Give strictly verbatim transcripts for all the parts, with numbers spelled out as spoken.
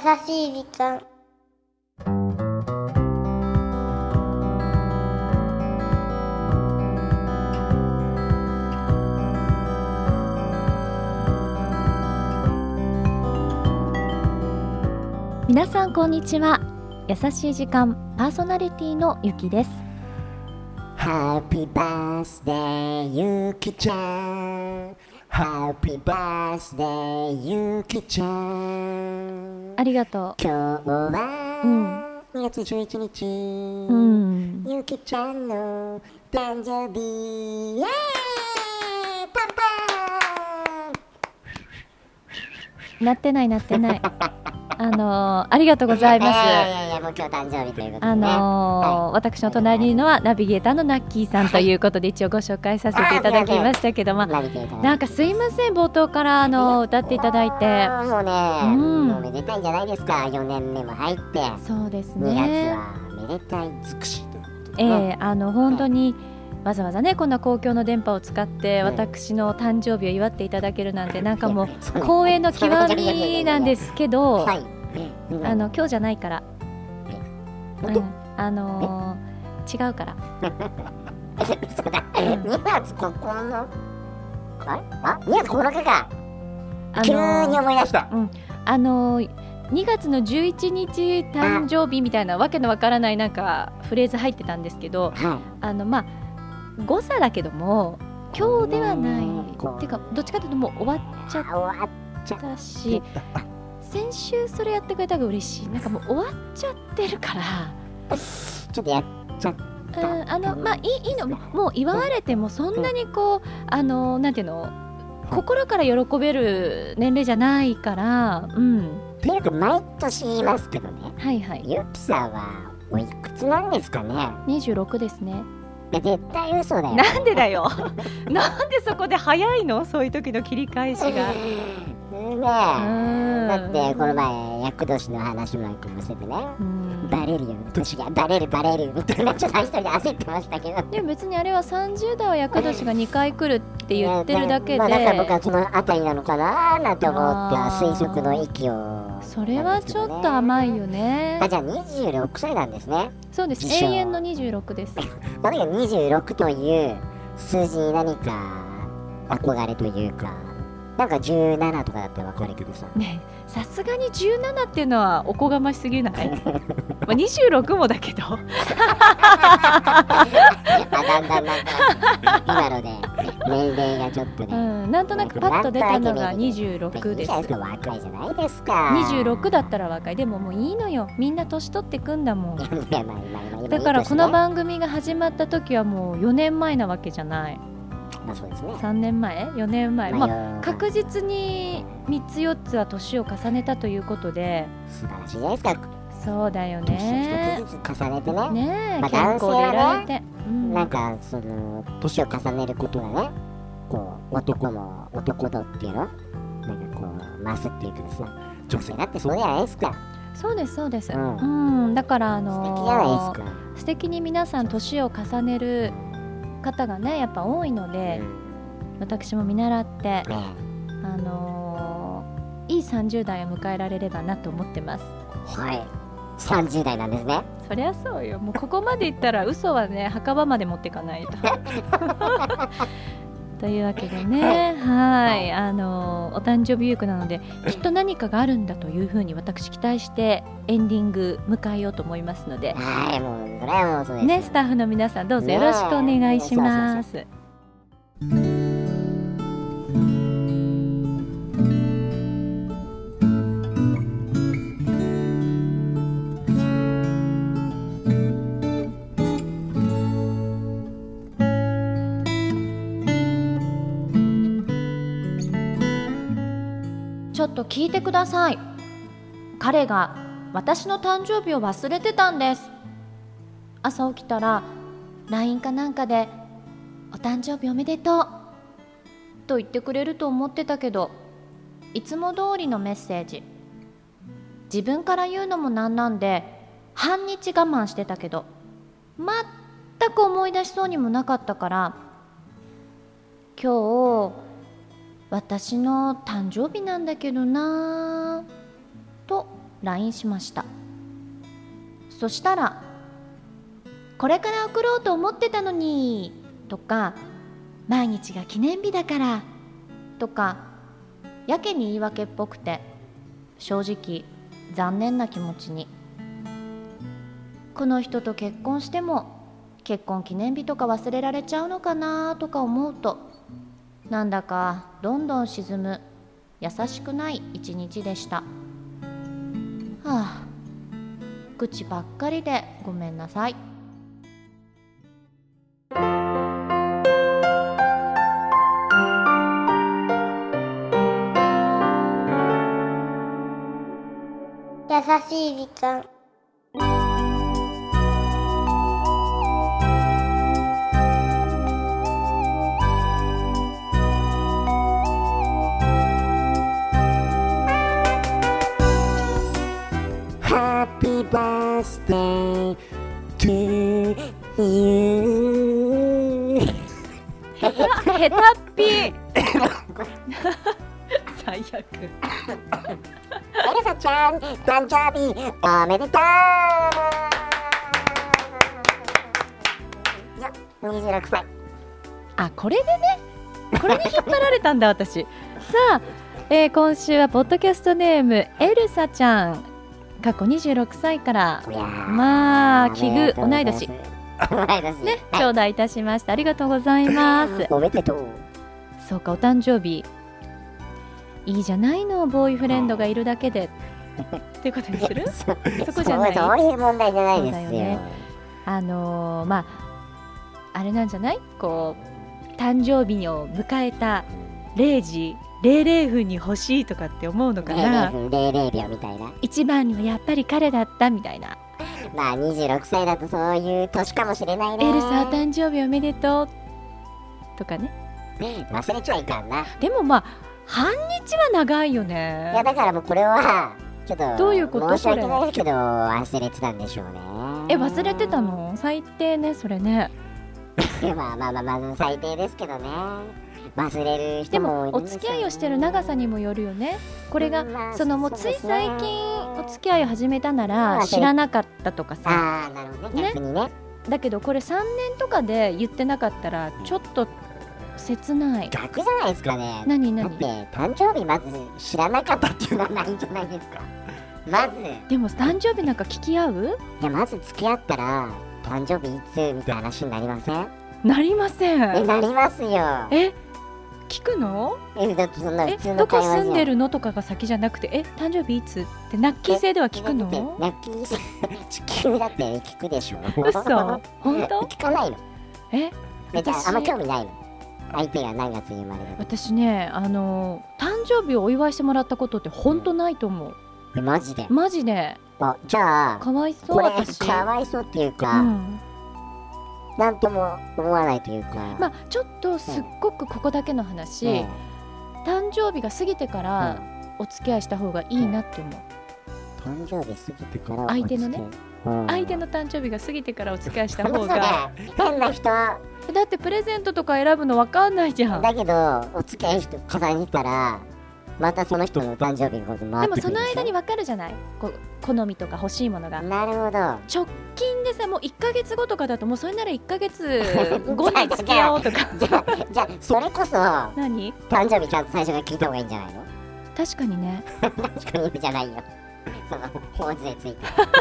しい時間。 皆さんこんにちは。優しい時間パーソナリティのゆきです。 ハッピーバースデーゆきちゃん、ハッピーバースデーゆきちゃん。 ありがとう。 今日はにがつじゅういちにち、 うん、 ゆきちゃんの誕生日。イエーイパンパなってないなってないあのー、ありがとうございます。いやいやいや、もう今日誕生日ということで、ね、 あのーはい、私の隣にいるのはナビゲーターのナッキーさんということで、一応ご紹介させていただきましたけど、まあ、なんかすいません、冒頭からあの歌っていただいて、 もうね、 うん、 もうめでたいんじゃないですか。よねんめも入って、 そうですね、 にがつはめでたい尽くしということで、 ね、えー、あの本当にわざわざね、こんな公共の電波を使って私の誕生日を祝っていただけるなんて、なんかもう光栄の極みなんですけど、あの今日じゃないから、うん、あのー、違うからそうだ、にがつここのあれあにがつここのかか、あのー、急に思い出した、 うん、あのー、にがつのじゅういちにち誕生日みたいなわけのわからないなんかフレーズ入ってたんですけど、はい、あのまあ誤差だけども今日ではないっていうか、どっちかというともう終わっちゃったし、先週それやってくれたが嬉しい。なんかもう終わっちゃってるからちょっとやっちゃった、うん、 あのまあいい、いいの、もう祝われてもそんなにこう、あのなんていうの、心から喜べる年齢じゃないから、うん。 っていうか毎年言いますけどね、 はいはい、 ゆきさんはおいくつなんですかね。 にじゅうろくですね。 いや絶対嘘だよ。 なんでだよなんでそこで早いの、そういう時の切り返しがねえ、だってこの前厄年の話もしててね、バレるよ年がバレるバレるみたいな、ちょっと一人で焦ってましたけど、 でも別にあれはさんじゅうだいは厄年がにかい来るって言ってるだけで、 まあ、なんか僕はそのあたりなのかななんて思って推測の域を、 それはちょっと甘いよね。 あ、じゃあにじゅうろくさいなんですね。 そうです、永遠のにじゅうろくです何がにじゅうろくという数字に何か憧れというか、なんかじゅうななとかだったら分かるけどさね、さすがにじゅうななっていうのはおこがましすぎないまあにじゅうろくもだけどあ、 だんだんなんか今ので年齢がちょっとね、 うん、なんとなくパッと出たのがにじゅうろくです。 若いじゃないですか。 にじゅうろくだったら若い。でももういいのよ、みんな年取ってくんだもんだからこの番組が始まった時はもうよねんまえなわけじゃない。 まあそうですね、 さんねんまえよねんまえ、まあ、 まあ、 確実にみっつよっつは年を重ねたということで、 素晴らしいじゃないですか。 そうだよね、 年を一つずつ重ねてね、 ねえ、 まあ、 健康でいられて、 ね、うん、なんかその年を重ねることがね、こう男も男度っていうのなんかこう増すっていうかさ、女性だってそうじゃないですか。 そうですそうです、うんうん、 だからあのー、 素敵じゃないですか。 素敵に皆さん年を重ねる方がねやっぱ多いので、うん、私も見習って、ね、あのー、いいさんじゅうだいを迎えられればなと思ってます。 はい、さんじゅうだいなんですね。 そりゃそうよ、もうここまでいったら嘘はね墓場まで持っていかないとというわけでね、はい、あのー、お誕生日ウィークなのできっと何かがあるんだというふうに私期待してエンディング迎えようと思いますので、 はい、もうそれはもうそうですね、スタッフの皆さんどうぞよろしくお願いします。ちょっと聞いてください。彼が私の誕生日を忘れてたんです。朝起きたら ライン かなんかでお誕生日おめでとうと言ってくれると思ってたけど、いつも通りのメッセージ。自分から言うのもなんなんで半日我慢してたけど、全く思い出しそうにもなかったから、今日私の誕生日なんだけどなぁとライン しました。そしたら、これから送ろうと思ってたのにとか、毎日が記念日だからとか、やけに言い訳っぽくて正直残念な気持ちに。この人と結婚しても結婚記念日とか忘れられちゃうのかなとか思うと、なんだかどんどん沈む優しくない一日でした。はあ、愚痴ばっかりでごめんなさい。 優しい時間。Happy birthday to you。 へたへたっぴ最悪。 エルサちゃん、誕生日おめでとう。にじゅうろくさい。 あ、これでね、これに引っ張られたんだ私。さあ、えー、今週はポッドキャストネームエルサちゃん、過去にじゅうろくさいから、まあ奇遇同い年ね、頂戴いたしました。ありがとうございます。 おめでとう。 そうか、お誕生日いいじゃないの、ボーイフレンドがいるだけでっていうことにするそ, そこじゃない、 そういう問題じゃないですよ。 そうだよね、あのー、まああれなんじゃない、こう誕生日を迎えたれいじれいじゅうふんに欲しいとかって思うのかな。 れいじゅうびょうみたいな。 一番にはやっぱり彼だったみたいな。 まあにじゅうろくさいだとそういう年かもしれないね。 エルサ誕生日おめでとうとかね。 忘れちゃいかんな。 でもまあ半日は長いよね。 いやだからもうこれはちょっとどういうこと？ 申し訳ないけど忘れてたんでしょうね。 え、忘れてたの？最低ね、それね。 まあまあまあまあ最低ですけどね。忘れる人もでもお付き合いをしてる長さにもよるよね。これが、まあ、そのもうつい最近お付き合いを始めたなら知らなかったとかさ。 ああ、なるほどね。逆にね。 だけどこれさんねんとかで言ってなかったらちょっと切ない。 逆じゃないですかね。 何何？ だって誕生日まず知らなかったっていうのはないんじゃないですか。まずでも誕生日なんか聞き合う？ いやまず付き合ったら誕生日いつみたいな話になりません？ なりません。 え、なりますよ。 え、聞くの？ え、だってそんな普通のどこ会話じゃん。 住んでるのとかが先じゃなくて、え、誕生日いつってナッキー制では聞くの？ ナッキー制地球だって聞くでしょ。 嘘？本当？ 聞かないの？ え、 じゃああんま興味ないの？相手が何月に生まれる？ 私ね、あの誕生日をお祝いしてもらったことって本当ないと思う。 え、マジで？ マジで。 あ、じゃあかわいそう。 これ私かわいそうっていうか、うん、なんとも思わないというか、 まあちょっとすっごくここだけの話、うん、誕生日が過ぎてからお付き合いした方がいいなって思う。 誕生日過ぎてから相手のね、うん、相手の誕生日が過ぎてからお付き合いした方が変な人だってプレゼントとか選ぶの分かんないじゃん。 だけどお付き合いして重ねたらまたその人の誕生日のこと回ってくるでしょ。 でもその間に分かるじゃない、こう好みとか欲しいものが。 なるほど。 直近でさ、もういっかげつごとかだともうそれならいっかげつごに付き合おうとかじゃあじゃあそれこそ何誕生日ちゃんと最初から聞いた方がいいんじゃないの？ 確かにね。 確かにじゃないよ。そのポーズでつい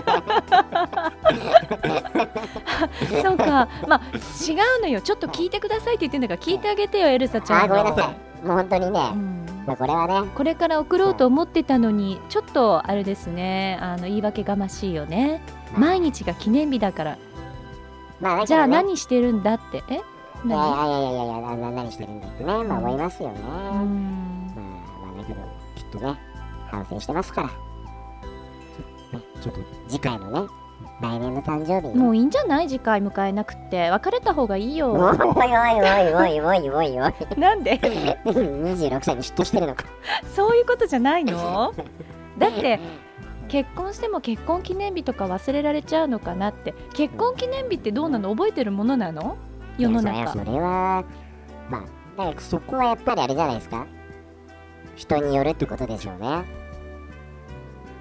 てそうか、まあ違うのよ。ちょっと聞いてくださいって言ってんだから聞いてあげてよ、エルサちゃん。 あ、ごめんなさい。もう本当にね、うん、まあこれはね、 これから送ろうと思ってたのにちょっとあれですね、あの言い訳がましいよね。毎日が記念日だから、まあね、じゃあ何してるんだって。え、 何？いやいやいやいやいや、何してるんだってね、まあ思いますよね。うん、まあまあだけどきっとね反省してますから、ね、ちょっと次回のね、来年の誕生日もういいんじゃない？次回迎えなくって別れた方がいいよ。 おいおいおいおいおいおいおいなんでにじゅうろくさいに嫉妬してるのか。 そういうことじゃないの？だって結婚しても結婚記念日とか忘れられちゃうのかなって。結婚記念日ってどうなの？覚えてるものなの？世の中。 それはまあだからそこはやっぱりあれじゃないですか、人によるってことでしょうね。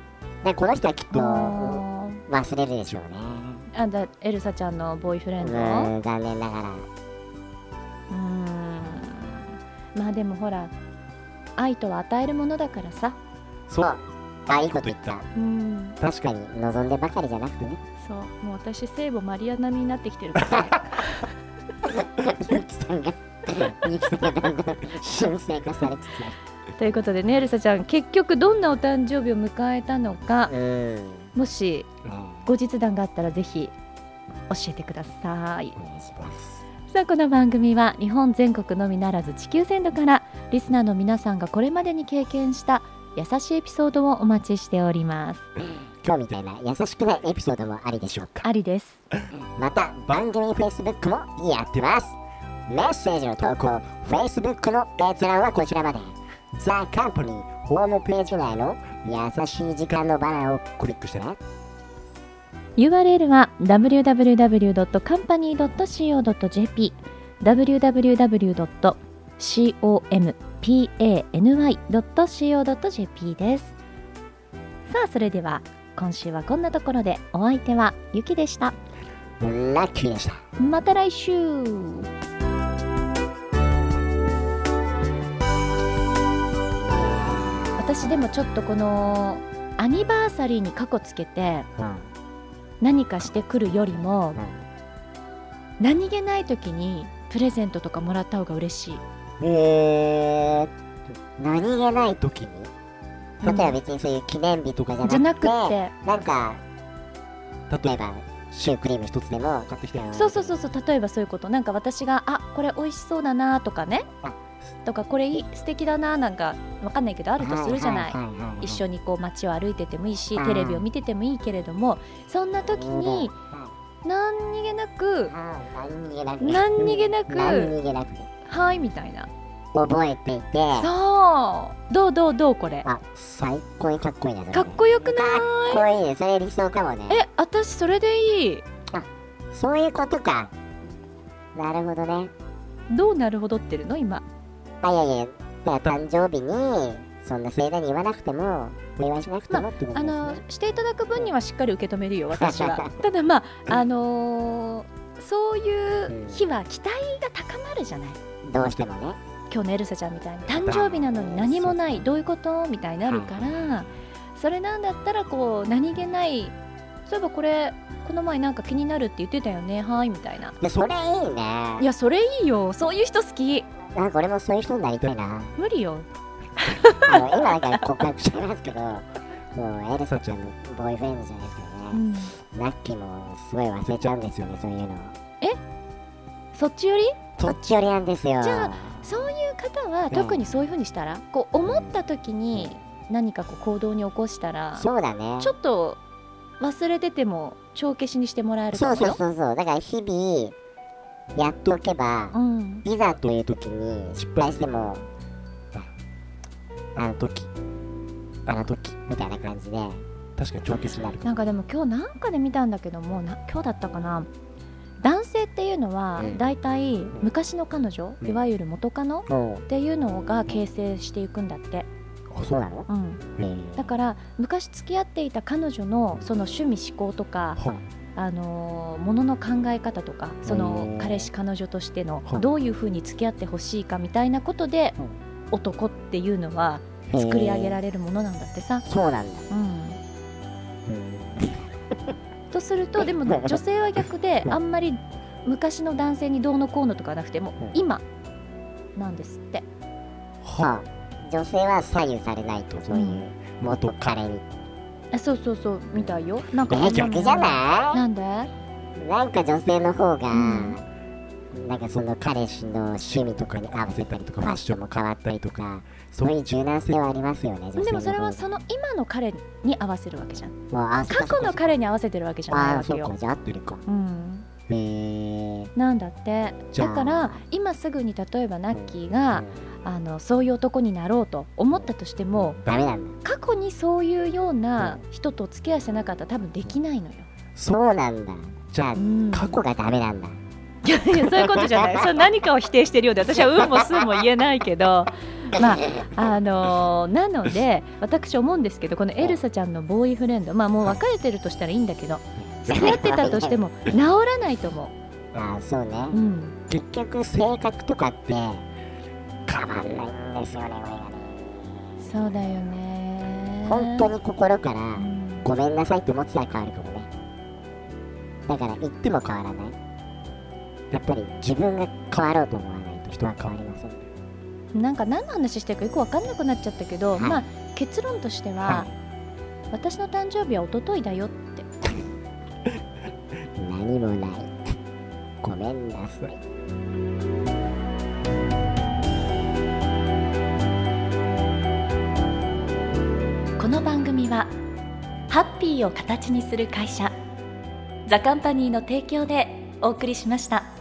でこの人はきっとあ忘れるでしょうね。 ーあだエルサちゃんのボーイフレンド、 うーん残念ながら。 うーんまあでもほら愛とは与えるものだからさ。 そうあいいこと言った。 うん確かに望んでばかりじゃなくてね。 そうもう私聖母マリア並みになってきてるからねゆきさんがゆきさんがだんだん神聖化されつつあるということでねエルサちゃん結局どんなお誕生日を迎えたのか、 うんもしね後日談があったらぜひ教えてください。 お願いします。 さあこの番組は日本全国のみならず地球全土からリスナーの皆さんがこれまでに経験した優しいエピソードをお待ちしております。 今日みたいな優しくないエピソードもありでしょうか。 ありです。 また番組 Facebook もやってます。メッセージの投稿 Facebook の閲覧はこちらまで。ザ・カンパニーホームページ内の優しい時間のバナーをクリックしてね。 ユーアールエル は ダブリューダブリューダブリュードットカンパニードットシーオードットジェーピー ダブリューダブリューダブリュードットカンパニードットシーオードットジェーピー です。さあそれでは今週はこんなところで。お相手はゆきでした。 ラッキーでした。 また来週。私でもちょっとこのアニバーサリーにカコつけてうん何かしてくるよりも、 うん何気ない時にプレゼントとかもらった方が嬉しい。 えー、何気ない時に例えば別にそういう記念日とかじゃなくて、 じゃなくってなんか例えばシュークリーム一つでも買ってきてよ。 そうそうそうそう例えばそういうことなんか私があこれ美味しそうだなとかねあとかこれいい素敵だななんかわかんないけどあるとするじゃない。一緒ににこう街を歩いててもいいしうんテレビを見ててもいいけれどもそんな時に何気なく何気なく何気なく何気なくはいみたいな覚えていて、 そうどうどうどうこれあ最高にかっこいいな。それねかっこよくないかっこいいね。それ理想かもね。 え私それでいい。 そういうことか。なるほどね。 どうなるほどってるの今。 あいやいやだから誕生日にそんな盛大に言わなくてもお祝いしなくてもってことあですね。 のしていただく分にはしっかり受け止めるよ私はただまああのーそういう日は期待が高まるじゃない。 どうしてもね。 今日のエルサちゃんみたいに誕生日なのに何もないどういうことみたいになるからそれなんだったらこう何気ないそういえばこれこの前なんか気になるって言ってたよねはいみたいな。 でそれいいね。 いやそれいいよそういう人好き。 なんか俺もそういう人になりたいな。 無理よあの今なんか告白しちゃいますけどもうエルサちゃんのボーイフレンドじゃないですけどね、 うん、 ラッキーもすごい忘れちゃうんですよねそういうの。 そっちよりそっち寄りなんですよ。 じゃあそういう方は特にそういう風にしたらこう思った時に何かこう行動に起こしたらそうだね。 ちょっと忘れてても帳消しにしてもらえるかそうもよ。 そうそうそう。だから日々やっておけば、 うん、 いざという時に失敗してもああの時あの時みたいな感じで確かに帳消しになる。 なんかでも今日なんかで見たんだけどもな今日だったかな男性っていうのはうんだいたい昔の彼女、 うんいわゆる元カノおうっていうのが形成していくんだって、 あそうなの。 うん、 えーだから昔付き合っていた彼女のその趣味思考とかはあのーものの考え方とかそのうん彼氏彼女としてのはいどういうふうに付き合ってほしいかみたいなことで男っていうのは作り上げられるものなんだってさ、 そうなんだ。 うん、 うんとするとでも女性は逆であんまり昔の男性にどうのこうのとかなくてもうん今なんですって。 はあ、女性は左右されないとそういう元彼に。 あそうそうそうみたいよ。なんかえ逆じゃななんでい？なんか女性の方が、 うんなんかその彼氏の趣味とかに合わせたりとかファッションも変わったりとかそういう柔軟性はありますよね。女性の方がでもそれはその今の彼に合わせるわけじゃん。 もうあそっか過去の彼に合わせてるわけじゃないあわけよあそうか。じゃあ合ってるか。 うんへえなんだってじゃあだから今すぐに例えばナッキーが、あのそういう男になろうと思ったとしてもダメなんだ。 過去にそういうような人とお付き合いしてなかったら多分できないのよ。 そうなんだ。じゃあ、 うん過去がダメなんだ。 いやいやそういうことじゃないそれ何かを否定してるようで私は運も数も言えないけどまああのー、なので私思うんですけど、このエルサちゃんのボーイフレンド、まあもう別れてるとしたらいいんだけど、付き合ってたとしても治らないと思う。 ああそうね、 うん、 結局性格とかって変わんないんですよね、これがね。 そうだよね。 本当に心から、 うん、 ごめんなさいって思ってたら変わるかもね。だから言っても変わらない。やっぱり自分が変わろうと思わないと人は変わりません。 なんか何の話してるかよく分かんなくなっちゃったけど、はい、まあ結論としては、はい、私の誕生日は一昨日だよって何もない、ごめんなさい。 この番組はハッピーを形にする会社ザカンパニーの提供でお送りしました。